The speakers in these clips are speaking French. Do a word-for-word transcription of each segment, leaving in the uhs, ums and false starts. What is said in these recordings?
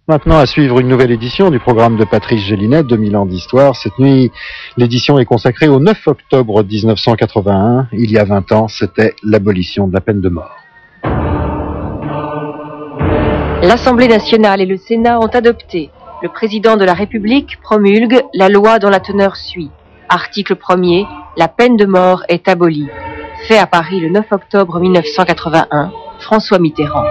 Maintenant, à suivre une nouvelle édition du programme de Patrice Gélinet, deux mille ans d'histoire. Cette nuit, l'édition est consacrée au neuf octobre dix-neuf cent quatre-vingt-un. Il y a vingt ans, c'était l'abolition de la peine de mort. L'Assemblée nationale et le Sénat ont adopté. Le président de la République promulgue la loi dont la teneur suit. Article premier, la peine de mort est abolie. Fait à Paris le neuf octobre mille neuf cent quatre-vingt-un, François Mitterrand.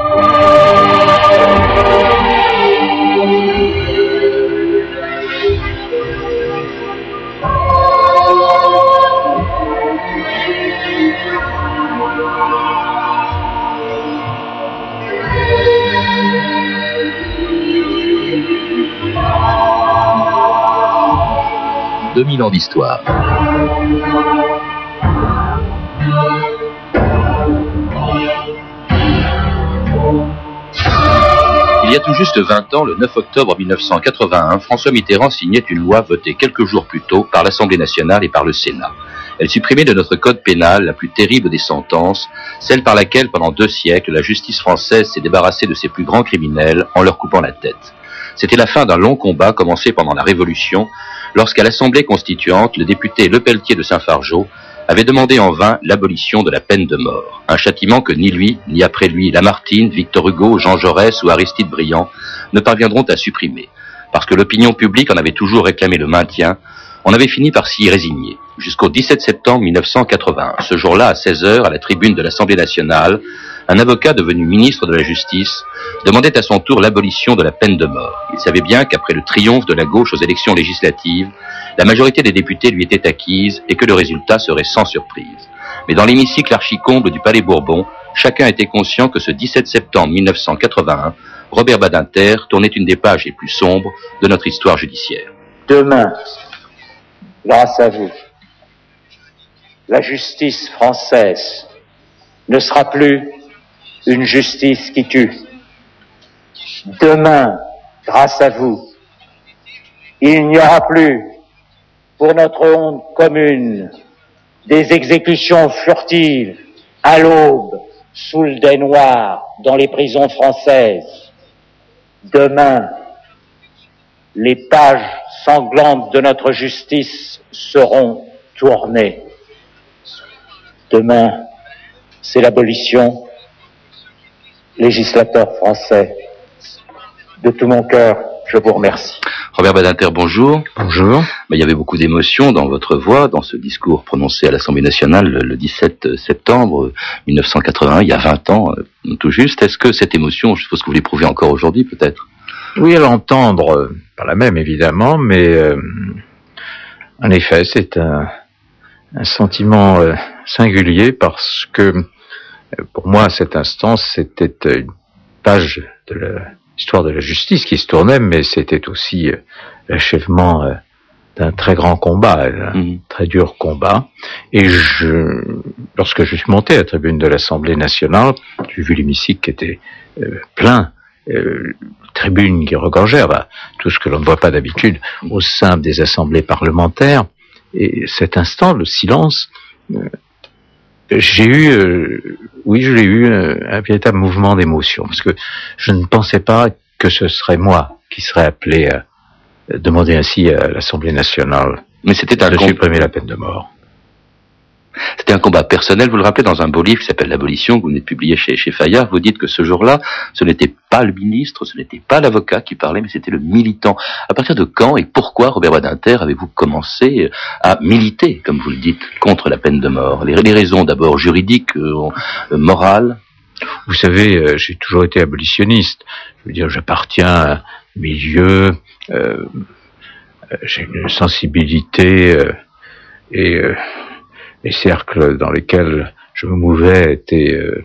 deux mille ans d'histoire. Il y a tout juste vingt ans, le neuf octobre mille neuf cent quatre-vingt-un, François Mitterrand signait une loi votée quelques jours plus tôt par l'Assemblée nationale et par le Sénat. Elle supprimait de notre code pénal la plus terrible des sentences, celle par laquelle, pendant deux siècles, la justice française s'est débarrassée de ses plus grands criminels en leur coupant la tête. C'était la fin d'un long combat commencé pendant la Révolution, lorsqu'à l'Assemblée constituante, le député Lepelletier de Saint-Fargeau avait demandé en vain l'abolition de la peine de mort. Un châtiment que ni lui, ni après lui Lamartine, Victor Hugo, Jean Jaurès ou Aristide Briand ne parviendront à supprimer. Parce que l'opinion publique en avait toujours réclamé le maintien, on avait fini par s'y résigner. Jusqu'au dix-sept septembre mille neuf cent quatre-vingt-un. Ce jour-là, à seize heures, à la tribune de l'Assemblée nationale, un avocat devenu ministre de la Justice demandait à son tour l'abolition de la peine de mort. Il savait bien qu'après le triomphe de la gauche aux élections législatives, la majorité des députés lui était acquise et que le résultat serait sans surprise. Mais dans l'hémicycle archi-comble du Palais Bourbon, chacun était conscient que ce dix-sept septembre mille neuf cent quatre-vingt-un, Robert Badinter tournait une des pages les plus sombres de notre histoire judiciaire. Demain, grâce à vous, la justice française ne sera plus une justice qui tue. Demain, grâce à vous, il n'y aura plus, pour notre honte commune, des exécutions furtives à l'aube, sous le dais noir, dans les prisons françaises. Demain, les pages sanglantes de notre justice seront tournées. Demain, c'est l'abolition. Législateur français, de tout mon cœur, je vous remercie. Robert Badinter, bonjour. Bonjour. Mais il y avait beaucoup d'émotions dans votre voix, dans ce discours prononcé à l'Assemblée nationale le dix-sept septembre mille neuf cent quatre-vingt-un, il y a vingt ans, tout juste. Est-ce que cette émotion, je suppose que vous l'éprouvez encore aujourd'hui, peut-être? Oui, à l'entendre, pas la même évidemment, mais euh, en effet, c'est un, un sentiment euh, singulier parce que pour moi, à cet instant, c'était une page de l'histoire de la justice qui se tournait, mais c'était aussi euh, l'achèvement euh, d'un très grand combat, un mmh. très dur combat. Et je, lorsque je suis monté à la tribune de l'Assemblée nationale, j'ai vu l'hémicycle qui était euh, plein, euh, tribune qui regorgeait, bah, tout ce que l'on ne voit pas d'habitude au sein des assemblées parlementaires. Et cet instant, le silence, euh, j'ai eu, euh, oui, je l'ai eu, euh, un véritable mouvement d'émotion, parce que je ne pensais pas que ce serait moi qui serais appelé à demander ainsi à l'Assemblée nationale Mais c'était un de combat... supprimer la peine de mort. C'était un combat personnel, vous le rappelez, dans un beau livre qui s'appelle L'Abolition, que vous venez de publier chez, chez Fayard. Vous dites que ce jour-là, ce n'était pas le ministre, ce n'était pas l'avocat qui parlait, mais c'était le militant. À partir de quand et pourquoi, Robert Badinter, avez-vous commencé à militer, comme vous le dites, contre la peine de mort? Les, les raisons d'abord juridiques, euh, euh, morales? Vous savez, euh, j'ai toujours été abolitionniste. Je veux dire, j'appartiens à un milieu, euh, j'ai une sensibilité euh, et... Euh, les cercles dans lesquels je me mouvais étaient euh,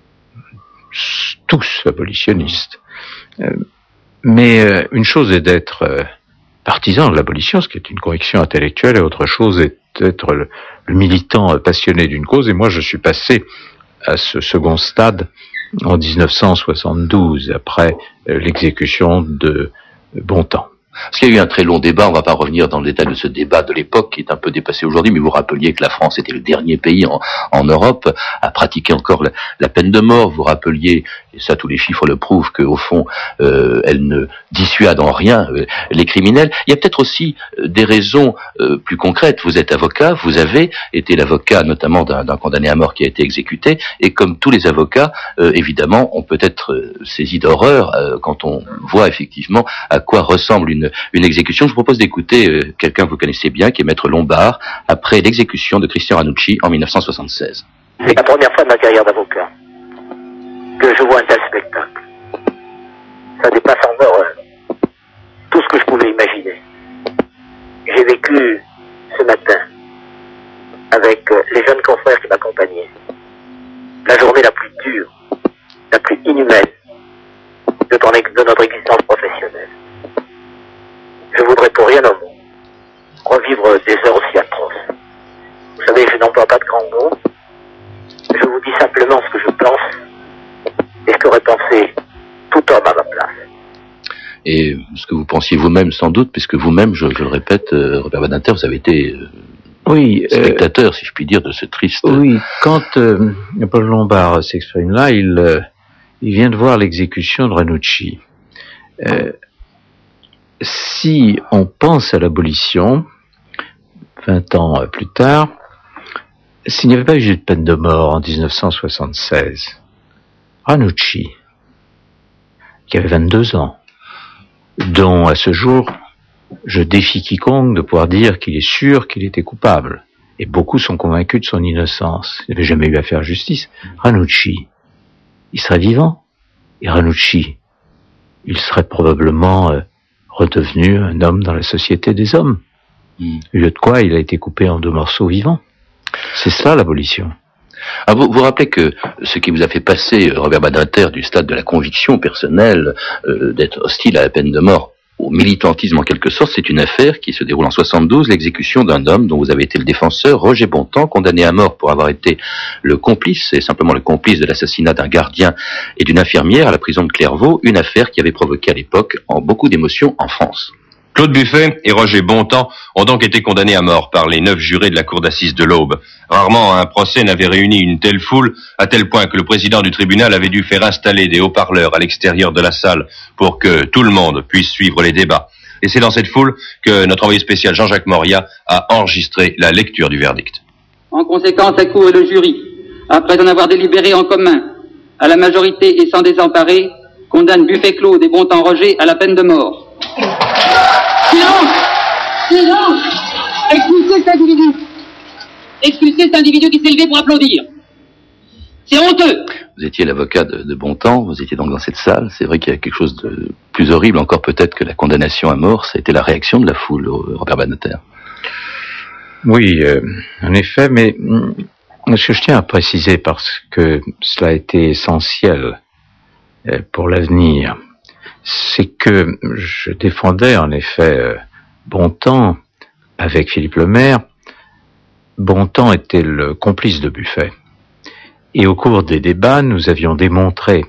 tous abolitionnistes. Euh, mais euh, une chose est d'être euh, partisan de l'abolition, ce qui est une conviction intellectuelle, et autre chose est d'être le, le militant passionné d'une cause. Et moi, je suis passé à ce second stade en dix-neuf cent soixante-douze, après euh, l'exécution de Bontemps. Parce qu'il y a eu un très long débat, on ne va pas revenir dans le détail de ce débat de l'époque qui est un peu dépassé aujourd'hui, mais vous rappeliez que la France était le dernier pays en, en Europe à pratiquer encore la, la peine de mort. Vous rappeliez et ça tous les chiffres le prouvent, qu'au fond, euh, elle ne dissuade en rien euh, les criminels. Il y a peut-être aussi euh, des raisons euh, plus concrètes. Vous êtes avocat, vous avez été l'avocat notamment d'un, d'un condamné à mort qui a été exécuté, et comme tous les avocats, euh, évidemment, on peut être euh, saisi d'horreur euh, quand on voit effectivement à quoi ressemble une, une exécution. Je vous propose d'écouter euh, quelqu'un que vous connaissez bien, qui est Maître Lombard, après l'exécution de Christian Ranucci en mille neuf cent soixante-seize. C'est la première fois de ma carrière d'avocat que je vois un tel spectacle. Ça dépasse en horreur tout ce que je pouvais imaginer. J'ai vécu ce matin avec les jeunes confrères qui m'accompagnaient la journée la plus dure, la plus inhumaine de, ton, de notre existence professionnelle. Je voudrais pour rien au monde revivre des heures aussi atroces. Vous savez, je n'emploie pas de grands mots. Je vous dis simplement ce que je pense et ce qu'aurait pensé tout homme à ma place. Et ce que vous pensiez vous-même sans doute, puisque vous-même, je, je le répète, euh, Robert Badinter, vous avez été euh, oui, spectateur, euh, si je puis dire, de ce triste... Oui, quand euh, Paul Lombard s'exprime là, il, euh, il vient de voir l'exécution de Ranucci. Euh, si on pense à l'abolition, vingt ans plus tard, s'il n'y avait pas eu de peine de mort en dix-neuf cent soixante-seize, Ranucci, qui avait vingt-deux ans, dont à ce jour, je défie quiconque de pouvoir dire qu'il est sûr qu'il était coupable, et beaucoup sont convaincus de son innocence, il n'avait jamais eu à faire justice, Ranucci, il serait vivant, et Ranucci, il serait probablement euh, redevenu un homme dans la société des hommes, mmh. au lieu de quoi il a été coupé en deux morceaux vivants. C'est ça l'abolition. Ah, vous vous rappelez que ce qui vous a fait passer, Robert Badinter, du stade de la conviction personnelle, euh, d'être hostile à la peine de mort au militantisme en quelque sorte, c'est une affaire qui se déroule en soixante-douze, l'exécution d'un homme dont vous avez été le défenseur, Roger Bontemps, condamné à mort pour avoir été le complice, et simplement le complice de l'assassinat d'un gardien et d'une infirmière à la prison de Clairvaux, une affaire qui avait provoqué à l'époque en beaucoup d'émotions en France. Claude Buffet et Roger Bontemps ont donc été condamnés à mort par les neuf jurés de la cour d'assises de l'Aube. Rarement un procès n'avait réuni une telle foule, à tel point que le président du tribunal avait dû faire installer des haut-parleurs à l'extérieur de la salle pour que tout le monde puisse suivre les débats. Et c'est dans cette foule que notre envoyé spécial Jean-Jacques Moria a enregistré la lecture du verdict. En conséquence, la cour et le jury, après en avoir délibéré en commun, à la majorité et sans désemparer, condamnent Buffet Claude et Bontemps Roger à la peine de mort. Silence! Silence! Expulsez cet individu! Expulsez cet individu qui s'est levé pour applaudir! C'est honteux! Vous étiez l'avocat de, de Bontemps, vous étiez donc dans cette salle. C'est vrai qu'il y a quelque chose de plus horrible encore peut-être que la condamnation à mort, ça a été la réaction de la foule, Robert Badinter. Oui, euh, en effet, mais ce que je tiens à préciser, parce que cela a été essentiel euh, pour l'avenir, c'est que je défendais en effet euh, Bontemps avec Philippe Lemaire. Bontemps était le complice de Buffet. Et au cours des débats, nous avions démontré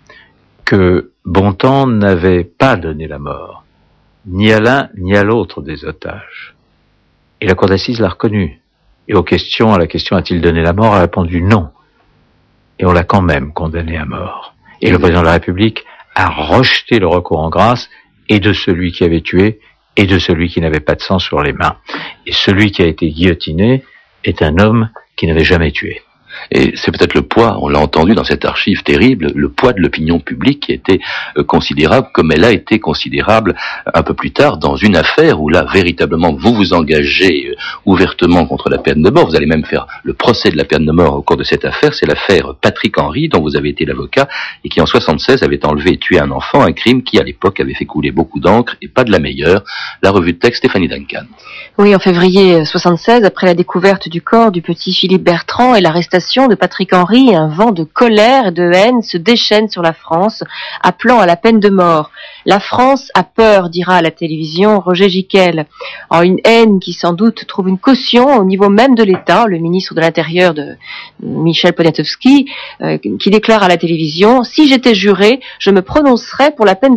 que Bontemps n'avait pas donné la mort, ni à l'un ni à l'autre des otages. Et la cour d'assises l'a reconnu. Et aux questions, à la question a-t-il donné la mort, a répondu non. Et on l'a quand même condamné à mort. Et le président de la République a rejeté le recours en grâce et de celui qui avait tué et de celui qui n'avait pas de sang sur les mains. Et celui qui a été guillotiné est un homme qui n'avait jamais tué. Et c'est peut-être le poids, on l'a entendu dans cette archive terrible, le poids de l'opinion publique qui a été euh, considérable, comme elle a été considérable un peu plus tard dans une affaire où là, véritablement, vous vous engagez euh, ouvertement contre la peine de mort. Vous allez même faire le procès de la peine de mort au cours de cette affaire. C'est l'affaire Patrick Henry, dont vous avez été l'avocat, et qui en soixante-seize avait enlevé et tué un enfant, un crime qui, à l'époque, avait fait couler beaucoup d'encre, et pas de la meilleure. La revue de texte, Stéphanie Duncan. Oui, en février soixante-seize, après la découverte du corps du petit Philippe Bertrand et l'arrestation de Patrick Henry, un vent de colère et de haine se déchaîne sur la France, appelant à la peine de mort. La France a peur, dira à la télévision Roger Giquel. En une haine qui sans doute trouve une caution au niveau même de l'État, le ministre de l'Intérieur de Michel Poniatowski, euh, qui déclare à la télévision « Si j'étais juré, je me prononcerais pour la peine de mort ».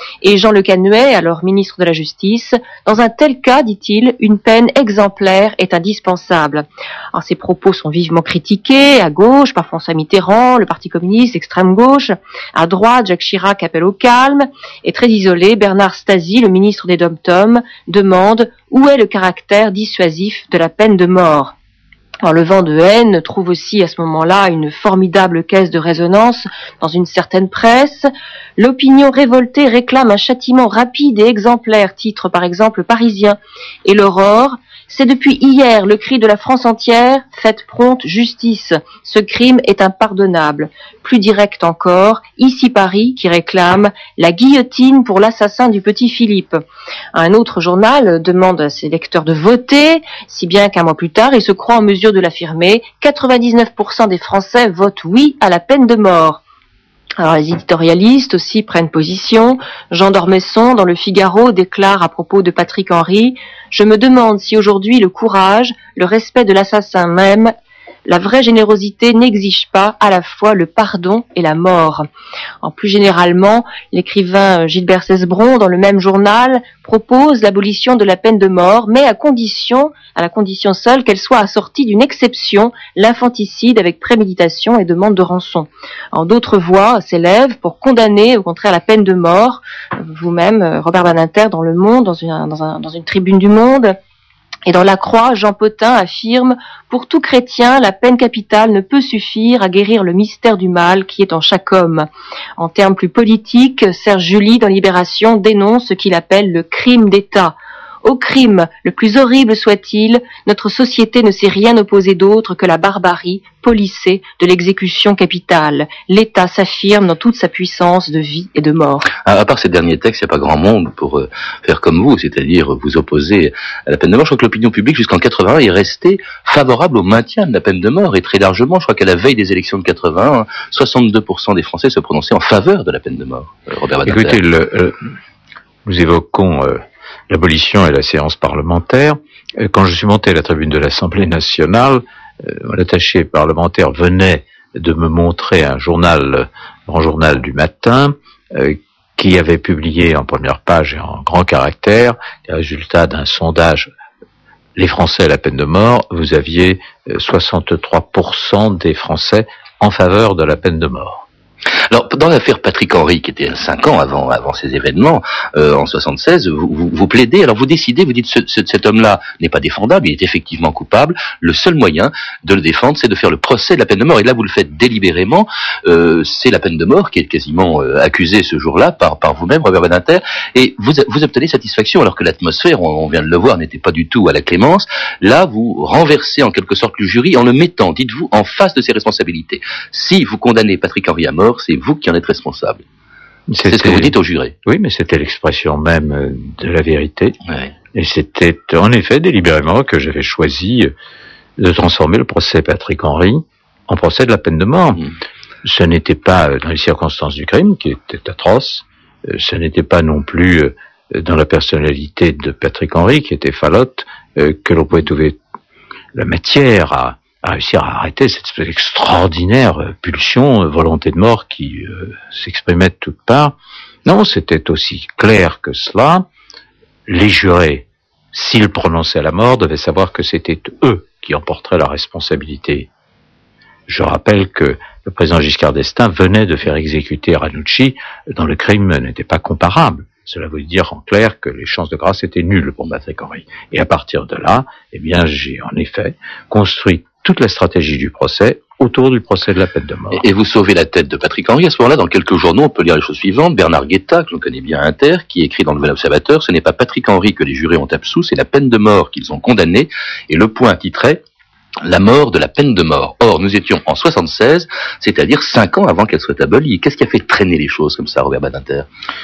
Et Jean Le Canuet, alors ministre de la Justice, dans un tel cas, dit-il, une peine exemplaire est indispensable. Alors, ces propos sont vivement critiqués, à gauche, par François Mitterrand, le Parti communiste, extrême gauche, à droite, Jacques Chirac appelle au calme, et très isolé, Bernard Stasi, le ministre des Dom-Tom, demande où est le caractère dissuasif de la peine de mort. Alors, le vent de haine trouve aussi à ce moment-là une formidable caisse de résonance dans une certaine presse. L'opinion révoltée réclame un châtiment rapide et exemplaire, titre par exemple Parisien. Et l'Aurore, c'est depuis hier le cri de la France entière, faites prompte justice. Ce crime est impardonnable. Plus direct encore, ici Paris qui réclame la guillotine pour l'assassin du petit Philippe. Un autre journal demande à ses lecteurs de voter, si bien qu'un mois plus tard, il se croit en mesure de l'affirmer, quatre-vingt-dix-neuf pour cent des Français votent oui à la peine de mort. Alors les éditorialistes aussi prennent position. Jean d'Ormesson, dans le Figaro, déclare à propos de Patrick Henry « Je me demande si aujourd'hui le courage, le respect de l'assassin même, la vraie générosité n'exige pas à la fois le pardon et la mort. » En plus généralement, l'écrivain Gilbert Cesbron, dans le même journal, propose l'abolition de la peine de mort, mais à condition, à la condition seule qu'elle soit assortie d'une exception, l'infanticide avec préméditation et demande de rançon. En d'autres voix s'élèvent pour condamner au contraire la peine de mort. Vous-même, Robert Badinter, dans Le Monde, dans une, dans un, dans une tribune du Monde. Et dans La Croix, Jean Potin affirme « Pour tout chrétien, la peine capitale ne peut suffire à guérir le mystère du mal qui est en chaque homme. » En termes plus politiques, Serge July, dans Libération, dénonce ce qu'il appelle le crime d'État. Au crime, le plus horrible soit-il, notre société ne sait rien opposer d'autre que la barbarie policée de l'exécution capitale. L'État s'affirme dans toute sa puissance de vie et de mort. À, à part ces derniers textes, il n'y a pas grand monde pour euh, faire comme vous, c'est-à-dire vous opposer à la peine de mort. Je crois que l'opinion publique, jusqu'en quatre-vingt-un, est restée favorable au maintien de la peine de mort, et très largement. Je crois qu'à la veille des élections de quatre-vingt-un, soixante-deux pour cent des Français se prononçaient en faveur de la peine de mort. Euh, Robert Badinter. Écoutez, le, euh, nous évoquons euh, l'abolition et la séance parlementaire. Quand je suis monté à la tribune de l'Assemblée nationale, euh, l'attaché parlementaire venait de me montrer un journal, un grand journal du matin, euh, qui avait publié en première page et en grand caractère les résultats d'un sondage. Les Français à la peine de mort, vous aviez euh, soixante-trois pour cent des Français en faveur de la peine de mort. Alors, dans l'affaire Patrick Henry, qui était cinq ans avant, avant ces événements, euh, en soixante-seize, vous, vous, vous plaidez, alors vous décidez, vous dites, ce, ce, cet homme-là n'est pas défendable, il est effectivement coupable, le seul moyen de le défendre, c'est de faire le procès de la peine de mort, et là vous le faites délibérément, euh, c'est la peine de mort qui est quasiment euh, accusée ce jour-là par, par vous-même, Robert Badinter, et vous, vous obtenez satisfaction, alors que l'atmosphère, on, on vient de le voir, n'était pas du tout à la clémence. Là, vous renversez en quelque sorte le jury en le mettant, dites-vous, en face de ses responsabilités. Si vous condamnez Patrick Henry à mort, c'est vous qui en êtes responsable. C'est ce que vous dites au juré. Oui, mais c'était l'expression même de la vérité. Ouais. Et c'était en effet délibérément que j'avais choisi de transformer le procès Patrick Henry en procès de la peine de mort. Mmh. Ce n'était pas dans les circonstances du crime, qui étaient atroces, ce n'était pas non plus dans la personnalité de Patrick Henry, qui était falote, que l'on pouvait trouver la matière à à réussir à arrêter cette espèce d'extraordinaire euh, pulsion, euh, volonté de mort qui euh, s'exprimait de toutes parts. Non, c'était aussi clair que cela. Les jurés, s'ils prononçaient la mort, devaient savoir que c'était eux qui en porteraient la responsabilité. Je rappelle que le président Giscard d'Estaing venait de faire exécuter Ranucci, dont le crime n'était pas comparable. Cela veut dire en clair que les chances de grâce étaient nulles pour Patrick Henry. Et à partir de là, eh bien, j'ai en effet construit toute la stratégie du procès autour du procès de la peine de mort. Et, et vous sauvez la tête de Patrick Henry. À ce moment-là, dans quelques journaux, on peut lire les choses suivantes. Bernard Guetta, que l'on connaît bien à Inter, qui écrit dans le Nouvel Observateur, ce n'est pas Patrick Henry que les jurés ont absous, c'est la peine de mort qu'ils ont condamnée. Et Le Point titrait la mort de la peine de mort. Or, nous étions en soixante-seize, c'est-à-dire cinq ans avant qu'elle soit abolie. Qu'est-ce qui a fait traîner les choses comme ça, Robert Badinter?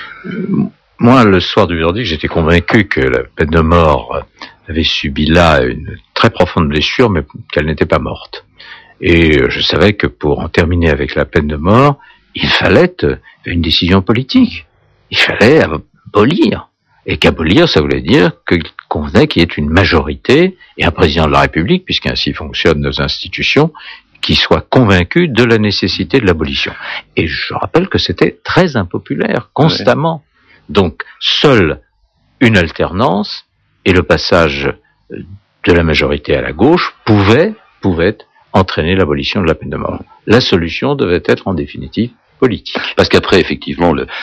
Moi, le soir du verdict, j'étais convaincu que la peine de mort avait subi là une très profonde blessure, mais qu'elle n'était pas morte. Et je savais que pour en terminer avec la peine de mort, il fallait une décision politique. Il fallait abolir. Et qu'abolir, ça voulait dire qu'il convenait qu'il y ait une majorité et un président de la République, puisqu'ainsi fonctionnent nos institutions, qui soit convaincu de la nécessité de l'abolition. Et je rappelle que c'était très impopulaire, constamment. Donc, seule une alternance et le passage de la majorité à la gauche pouvait, pouvait entraîner l'abolition de la peine de mort. La solution devait être en définitive politique. Parce qu'après, effectivement, le,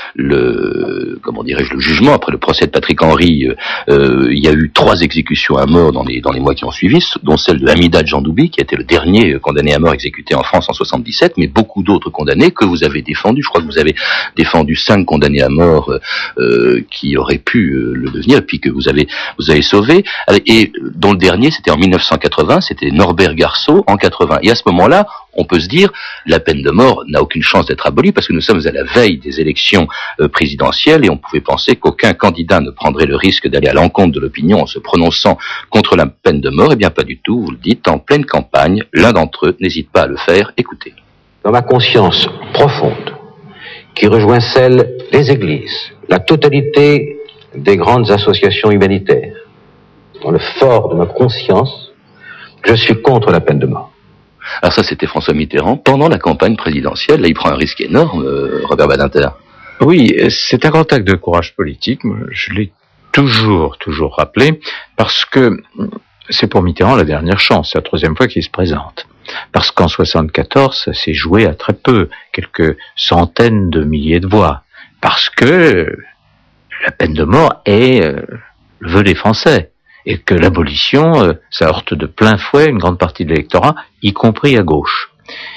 le comment dirais-je, le jugement, après le procès de Patrick Henry, euh, il y a eu trois exécutions à mort dans les dans les mois qui ont suivi, dont celle de Hamida Djandoubi, qui a été le dernier condamné à mort exécuté en France en soixante-dix-sept, mais beaucoup d'autres condamnés que vous avez défendus. Je crois que vous avez défendu cinq condamnés à mort euh, qui auraient pu euh, le devenir, puis que vous avez vous avez sauvé. Et dont le dernier, c'était en mille neuf cent quatre-vingts, c'était Norbert Garceau en quatre-vingts. Et à ce moment-là, on peut se dire, la peine de mort n'a aucune chance d'être abolie parce que nous sommes à la veille des élections euh, présidentielles et on pouvait penser qu'aucun candidat ne prendrait le risque d'aller à l'encontre de l'opinion en se prononçant contre la peine de mort. Eh bien, pas du tout, vous le dites, en pleine campagne, l'un d'entre eux n'hésite pas à le faire. Écoutez. Dans ma conscience profonde, qui rejoint celle des églises, la totalité des grandes associations humanitaires, dans le fort de ma conscience, je suis contre la peine de mort. Alors ça, c'était François Mitterrand pendant la campagne présidentielle. Là, il prend un risque énorme, euh, Robert Badinter. Oui, c'est un grand acte de courage politique. Je l'ai toujours, toujours rappelé, parce que c'est pour Mitterrand la dernière chance. C'est la troisième fois qu'il se présente. Parce qu'en soixante-quatorze, ça s'est joué à très peu, quelques centaines de milliers de voix. Parce que la peine de mort est euh, le vœu des Français. Et que l'abolition, euh, ça heurte de plein fouet une grande partie de l'électorat, y compris à gauche.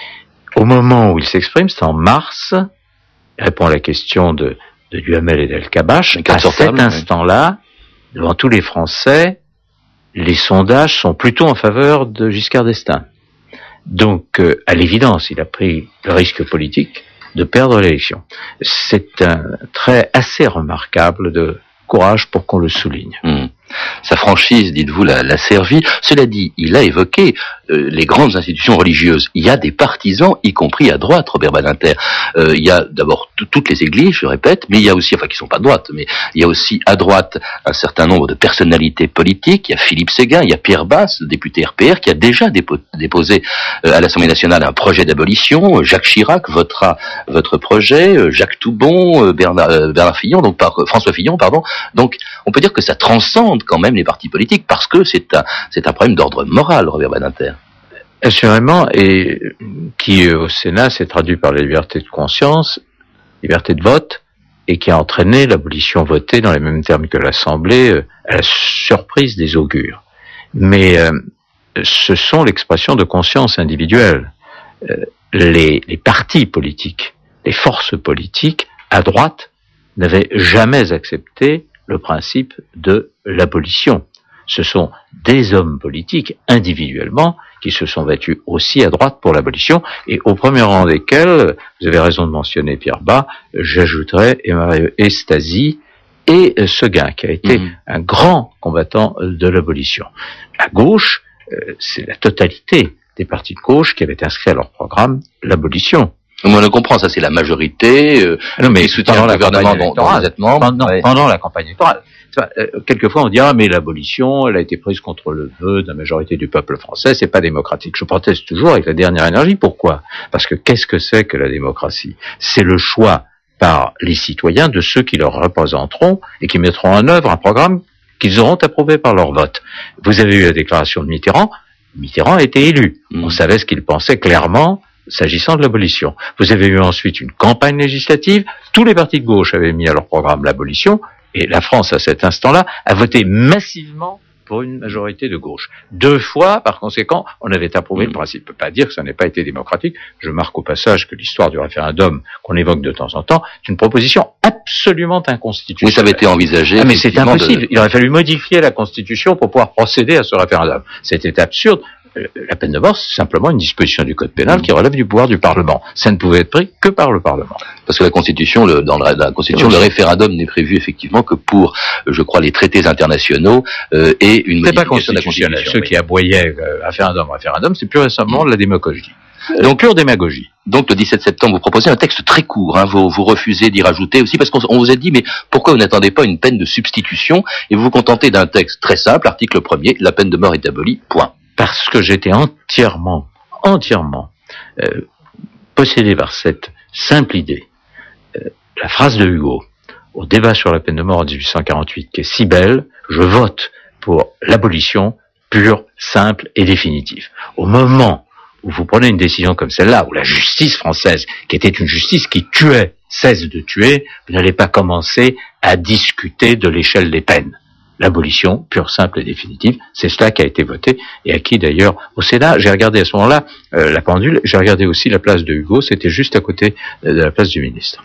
Au moment où il s'exprime, c'est en mars, il répond à la question de, de Duhamel et d'El-Kabbach. À cet instant-là, oui, devant tous les Français, les sondages sont plutôt en faveur de Giscard d'Estaing. Donc, euh, à l'évidence, il a pris le risque politique de perdre l'élection. C'est un trait assez remarquable de courage pour qu'on le souligne. Mmh. Sa franchise, dites-vous, l'a, l'a servi. Cela dit, il a évoqué euh, les grandes institutions religieuses. Il y a des partisans, y compris à droite, Robert Badinter. Euh, il y a d'abord t- toutes les églises, je répète, mais il y a aussi, enfin qui sont pas de droite, mais il y a aussi à droite un certain nombre de personnalités politiques. Il y a Philippe Séguin, il y a Pierre Basse, député R P R, qui a déjà dépo- déposé euh, à l'Assemblée nationale un projet d'abolition. Jacques Chirac votera votre projet, euh, Jacques Toubon, euh, Bernard, euh, Bernard Fillon, donc par, euh, François Fillon, pardon. Donc, on peut dire que ça transcende quand même les partis politiques, parce que c'est un, c'est un problème d'ordre moral, Robert Badinter. Assurément, et qui au Sénat s'est traduit par la liberté de conscience, liberté de vote, et qui a entraîné l'abolition votée dans les mêmes termes que l'Assemblée, euh, à la surprise des augures. Mais euh, ce sont l'expression de conscience individuelle. Euh, les, les partis politiques, les forces politiques, à droite, n'avaient jamais accepté le principe de l'abolition. Ce sont des hommes politiques, individuellement, qui se sont battus aussi à droite pour l'abolition, et au premier rang desquels, vous avez raison de mentionner Pierre Bas, j'ajouterais Estasi et Seguin, qui a été mmh. un grand combattant de l'abolition. À gauche, c'est la totalité des partis de gauche qui avaient inscrit à leur programme l'abolition. On le comprend, ça c'est la majorité euh, non, mais qui soutient le gouvernement dont, dont vous êtes membre. Pendant, ouais. pendant la campagne électorale. Euh, quelquefois on dira mais l'abolition, elle a été prise contre le vœu de la majorité du peuple français, c'est pas démocratique. Je proteste toujours avec la dernière énergie. Pourquoi ? Parce que qu'est-ce que c'est que la démocratie ? C'est le choix par les citoyens de ceux qui leur représenteront et qui mettront en œuvre un programme qu'ils auront approuvé par leur vote. Vous avez eu la déclaration de Mitterrand. Mitterrand a été élu. Mmh. On savait ce qu'il pensait clairement s'agissant de l'abolition. Vous avez eu ensuite une campagne législative, tous les partis de gauche avaient mis à leur programme l'abolition, et la France, à cet instant-là, a voté massivement pour une majorité de gauche. Deux fois, par conséquent, on avait approuvé mmh. le principe. Je ne peux pas dire que ça n'ait pas été démocratique. Je marque au passage que l'histoire du référendum, qu'on évoque de temps en temps, est une proposition absolument inconstitutionnelle. Oui, ça avait été envisagé. Ah, mais c'est impossible. De... Il aurait fallu modifier la Constitution pour pouvoir procéder à ce référendum. C'était absurde. La peine de mort, c'est simplement une disposition du code pénal qui relève du pouvoir du Parlement. Ça ne pouvait être pris que par le Parlement. Parce que la Constitution, le, dans la, la Constitution, oui. le référendum n'est prévu effectivement que pour, je crois, les traités internationaux euh, et une c'est modification pas constitutionnel. de la Constitution. Ceux oui. qui aboyaient euh, référendum, référendum, c'est plus récemment mmh. de la démagogie. Euh, Donc pure démagogie. Donc le dix-sept septembre, vous proposez un texte très court. Hein, vous, vous refusez d'y rajouter aussi parce qu'on on vous a dit mais pourquoi vous n'attendez pas une peine de substitution et vous vous contentez d'un texte très simple, article premier, la peine de mort est abolie. Point. Parce que j'étais entièrement, entièrement euh, possédé par cette simple idée. Euh, la phrase de Hugo, au débat sur la peine de mort en dix-huit cent quarante-huit, qui est si belle, je vote pour l'abolition pure, simple et définitive. Au moment où vous prenez une décision comme celle-là, où la justice française, qui était une justice qui tuait, cesse de tuer, vous n'allez pas commencer à discuter de l'échelle des peines. L'abolition pure, simple et définitive, c'est cela qui a été voté et acquis d'ailleurs au Sénat. J'ai regardé à ce moment-là euh, la pendule, j'ai regardé aussi la place de Hugo, c'était juste à côté de la place du ministre.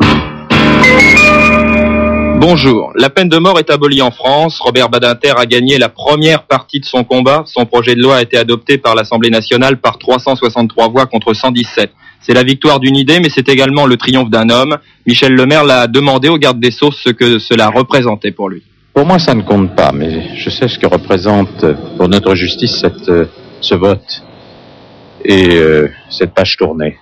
Bonjour. La peine de mort est abolie en France. Robert Badinter a gagné la première partie de son combat. Son projet de loi a été adopté par l'Assemblée nationale par trois cent soixante-trois voix contre cent dix-sept. C'est la victoire d'une idée, mais c'est également le triomphe d'un homme. Michel Lemaire l'a demandé au garde des Sceaux ce que cela représentait pour lui. Pour moi, ça ne compte pas, mais je sais ce que représente pour notre justice cette, euh, ce vote et euh, cette page tournée.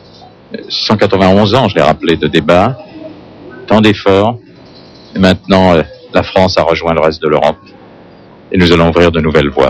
cent quatre-vingt-onze ans, je l'ai rappelé, de débat, tant d'efforts, et maintenant euh, la France a rejoint le reste de l'Europe et nous allons ouvrir de nouvelles voies.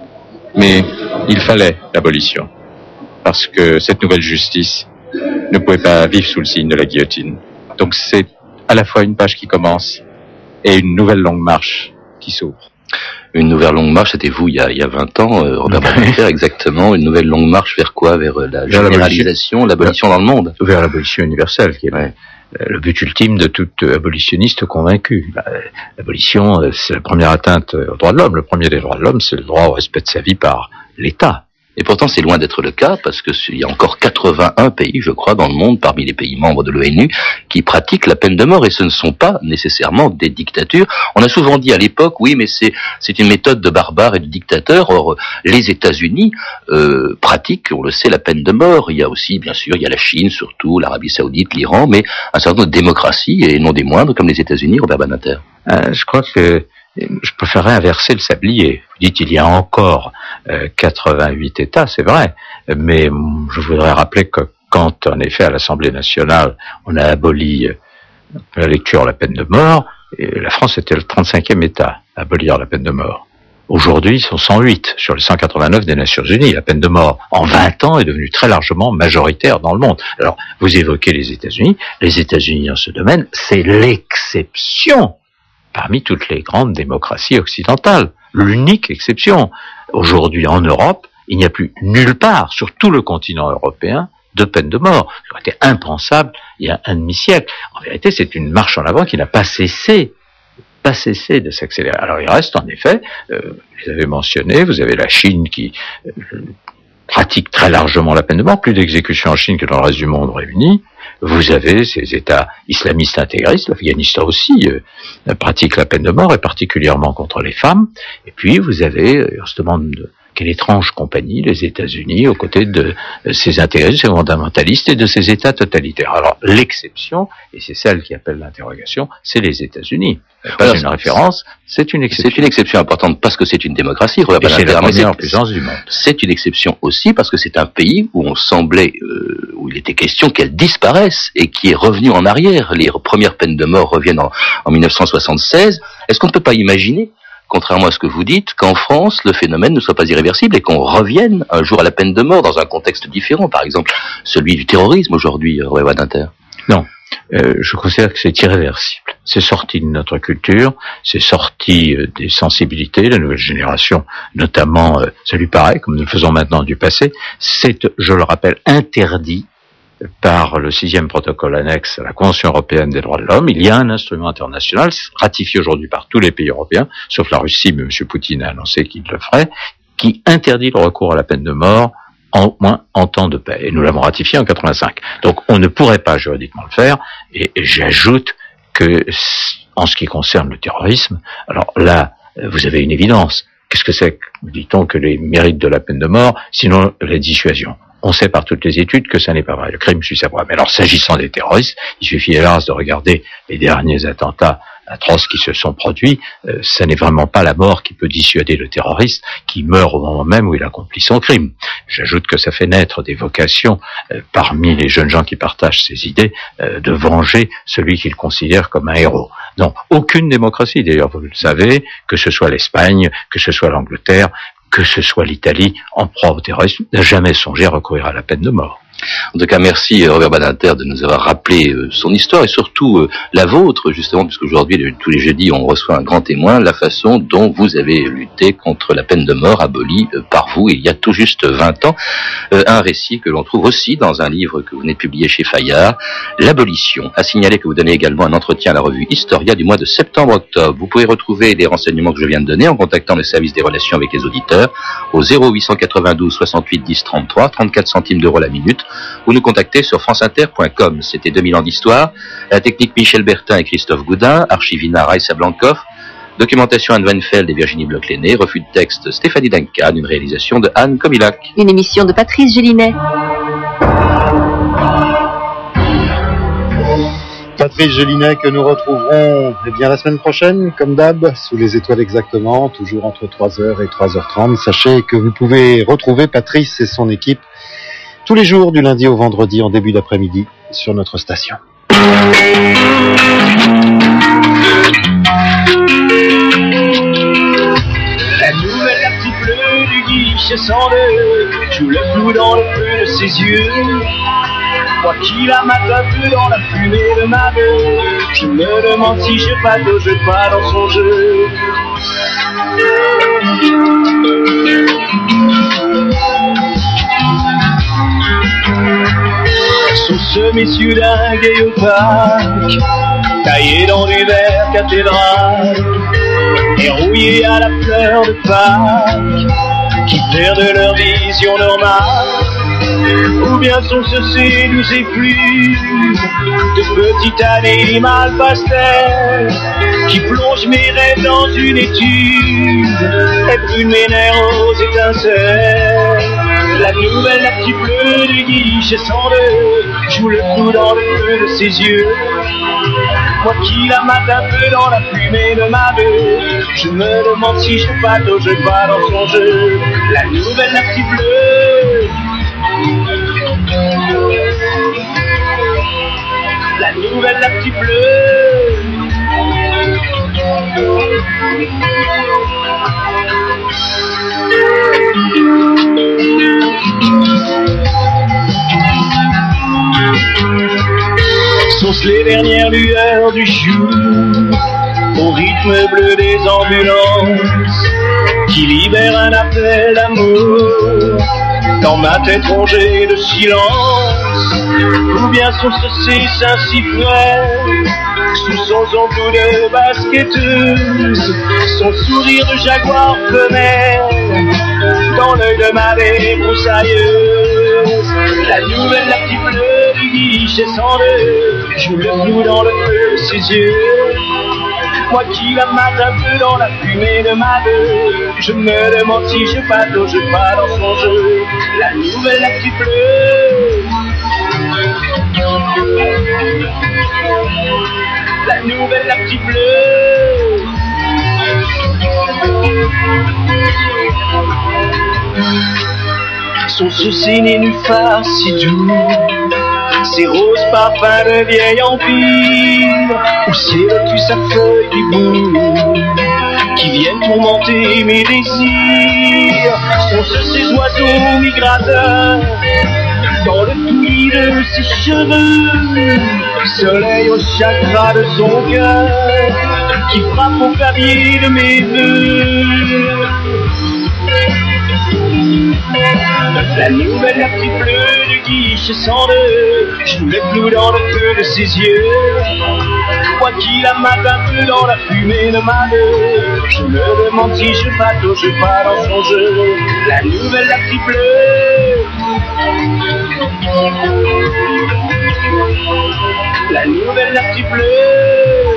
Mais il fallait l'abolition, parce que cette nouvelle justice ne pouvait pas vivre sous le signe de la guillotine. Donc c'est à la fois une page qui commence et une nouvelle longue marche qui s'ouvre. Une nouvelle longue marche, c'était vous il y a, il y a vingt ans, euh, Robert Badinter, exactement. Une nouvelle longue marche vers quoi? Vers euh, la vers généralisation, l'abolition dans le monde. Vers l'abolition universelle, qui est ouais. le but ultime de tout abolitionniste convaincu. L'abolition, c'est la première atteinte aux droits de l'homme. Le premier des droits de l'homme, c'est le droit au respect de sa vie par l'État. Et pourtant, c'est loin d'être le cas, parce qu'il y a encore quatre-vingt-un pays, je crois, dans le monde, parmi les pays membres de l'ONU, qui pratiquent la peine de mort, et ce ne sont pas nécessairement des dictatures. On a souvent dit à l'époque, oui, mais c'est c'est une méthode de barbares et de dictateurs. Or, les États-Unis euh, pratiquent, on le sait, la peine de mort. Il y a aussi, bien sûr, il y a la Chine, surtout l'Arabie Saoudite, l'Iran, mais un certain nombre de démocraties, et non des moindres, comme les États-Unis, Robert Badinter. Euh, je crois que je préférerais inverser le sablier. Vous dites il y a encore euh, quatre-vingt-huit États, c'est vrai, mais je voudrais rappeler que quand, en effet, à l'Assemblée nationale, on a aboli euh, la lecture, la peine de mort, et la France était le trente-cinquième État à abolir la peine de mort. Aujourd'hui, ils sont cent huit sur les cent quatre-vingt-neuf des Nations Unies. La peine de mort, en vingt ans, est devenue très largement majoritaire dans le monde. Alors, vous évoquez les États-Unis. Les États-Unis, en ce domaine, c'est l'exception parmi toutes les grandes démocraties occidentales. L'unique exception. Aujourd'hui, en Europe, il n'y a plus nulle part, sur tout le continent européen, de peine de mort. Ça aurait été impensable il y a un demi-siècle. En vérité, c'est une marche en avant qui n'a pas cessé, pas cessé de s'accélérer. Alors, il reste, en effet, euh, vous avez mentionné, vous avez la Chine qui euh, pratique très largement la peine de mort, plus d'exécutions en Chine que dans le reste du monde réuni. Vous avez ces États islamistes intégristes, l'Afghanistan aussi euh, pratique la peine de mort, et particulièrement contre les femmes. Et puis vous avez, euh, on se demande de quelle étrange compagnie, les États-Unis, aux côtés de euh, ces intégristes, ces fondamentalistes et de ces États totalitaires. Alors l'exception, et c'est celle qui appelle l'interrogation, c'est les États-Unis. Pas Alors, une référence, c'est une exception. C'est une exception importante parce que c'est une démocratie. Et c'est la première puissance du monde. C'est une exception aussi parce que c'est un pays où on semblait, euh, où il était question qu'elle disparaisse et qui est revenu en arrière. Les premières peines de mort reviennent en, en mille neuf cent soixante-seize. Est-ce qu'on ne peut pas imaginer, contrairement à ce que vous dites, qu'en France, le phénomène ne soit pas irréversible et qu'on revienne un jour à la peine de mort dans un contexte différent, par exemple celui du terrorisme aujourd'hui, Robert Badinter? Non. Euh, je considère que c'est irréversible. C'est sorti de notre culture, c'est sorti euh, des sensibilités, la nouvelle génération, notamment, euh, ça lui paraît, comme nous le faisons maintenant du passé, c'est, je le rappelle, interdit par le sixième protocole annexe à la Convention européenne des droits de l'homme. Il y a un instrument international, ratifié aujourd'hui par tous les pays européens, sauf la Russie, mais M. Poutine a annoncé qu'il le ferait, qui interdit le recours à la peine de mort en moins en temps de paix. Et nous l'avons ratifié en quatre-vingt-cinq. Donc on ne pourrait pas juridiquement le faire, et, et j'ajoute que, en ce qui concerne le terrorisme, alors là, vous avez une évidence. Qu'est-ce que c'est, dit-on, que les mérites de la peine de mort, sinon la dissuasion? On sait par toutes les études que ça n'est pas vrai. Le crime suit sa voie. Mais alors, s'agissant des terroristes, il suffit hélas de regarder les derniers attentats atroces qui se sont produits. Euh, ça n'est vraiment pas la mort qui peut dissuader le terroriste qui meurt au moment même où il accomplit son crime. J'ajoute que ça fait naître des vocations euh, parmi les jeunes gens qui partagent ces idées euh, de venger celui qu'ils considèrent comme un héros. Non, aucune démocratie, d'ailleurs, vous le savez, que ce soit l'Espagne, que ce soit l'Angleterre, que ce soit l'Italie, en proie au terrorisme, n'a jamais songé à recourir à la peine de mort. En tout cas, merci Robert Badinter de nous avoir rappelé euh, son histoire et surtout euh, la vôtre, justement, puisqu'aujourd'hui, le, tous les jeudis, on reçoit un grand témoin, la façon dont vous avez lutté contre la peine de mort abolie euh, par vous il y a tout juste vingt ans. Euh, un récit que l'on trouve aussi dans un livre que vous venez de publier chez Fayard, L'Abolition. À signaler que vous donnez également un entretien à la revue Historia du mois de septembre-octobre. Vous pouvez retrouver les renseignements que je viens de donner en contactant le service des relations avec les auditeurs au zéro huit cent quatre-vingt-douze soixante-huit dix trente-trois, trente-quatre centimes d'euros la minute, ou nous contacter sur franceinter point com. C'était deux mille ans d'histoire. La technique Michel Bertin et Christophe Goudin, archivina Raissa Blancoff, documentation Anne Weinfeld et Virginie Bloch-Lenné, refus de texte Stéphanie Duncan, une réalisation de Anne Comilac. Une émission de Patrice Gélinet. Patrice Gélinet que nous retrouverons eh bien, la semaine prochaine, comme d'hab, sous les étoiles exactement, toujours entre trois heures et trois heures trente. Sachez que vous pouvez retrouver Patrice et son équipe tous les jours du lundi au vendredi en début d'après-midi sur notre station. La nouvelle article du guichet cent deux joue le flou dans le feu de ses yeux. Moi qui la mate un peu dans la fumée de ma veuve, je me demande si je patauge pas dans son jeu. Sont ce messieurs d'un gay opaque, taillé dans du verre cathédrale, et rouillé à la fleur de Pâques, qui perdent leur vision normale. Ou bien sont-ce ces doux effluves de petit animal pastel qui plonge mes rêves dans une étude et brûle mes nerfs aux étincelles. La nouvelle actu bleue du guichet cent deux joue le flou dans le feu de ses yeux. Moi qui la mate un peu dans la fumée de ma veuve, je me demande si je patauge pas dans son jeu. La nouvelle actu bleue, la nouvelle actu bleue. Sont-ce les dernières lueurs du jour, au rythme bleu des ambulances, qui libèrent un appel d'amour dans ma tête rongée de silence? Ou bien sont-ce ces seins si frais, sous son zongo de basketteuse, son sourire de jaguar femelle, dans l'œil de ma débroussailleuse? La nouvelle la petite bleue du guichet cent deux joue le flou dans le feu de ses yeux. Moi qui la mate un peu dans la fumée de ma veuve, je me demande si je patauge pas dans son jeu. La nouvelle actu bleue, la nouvelle actu bleue. Sont-ce ces nénuphars si doux, ces roses parfums de vieil empire, ou ces lotus à feuilles d'hibou qui viennent tourmenter mes désirs? Sont-ce ces oiseaux migrateurs dans le pli de ses cheveux, soleil au chakra de son cœur qui frappe au clavier de mes vœux? La nouvelle actu bleue du guichet cent deux joue le flou dans le feu de ses yeux. Moi qui la mate un peu dans la fumée de ma veuve, je me demande si je patauge pas dans son jeu. La nouvelle actu bleue, la nouvelle actu bleue.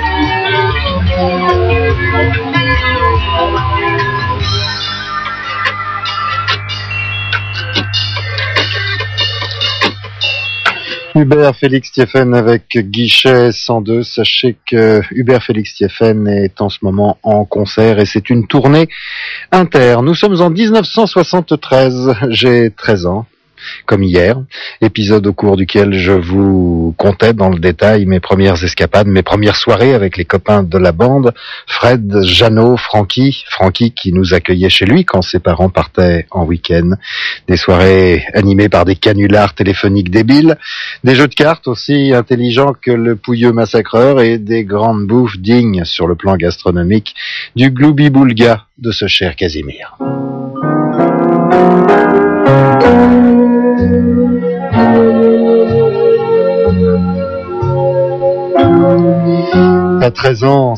Hubert Félix Thieffen avec Guichet cent deux. Sachez que Hubert Félix Thieffen est en ce moment en concert et c'est une tournée inter. Nous sommes en dix-neuf cent soixante-treize, j'ai treize ans. comme hier, épisode au cours duquel je vous contais dans le détail mes premières escapades, mes premières soirées avec les copains de la bande, Fred, Jeannot, Francky, Francky qui nous accueillait chez lui quand ses parents partaient en week-end, des soirées animées par des canulars téléphoniques débiles, des jeux de cartes aussi intelligents que le Pouilleux Massacreur et des grandes bouffes dignes sur le plan gastronomique du Gloubi-Boulga de ce cher Casimir. À treize ans,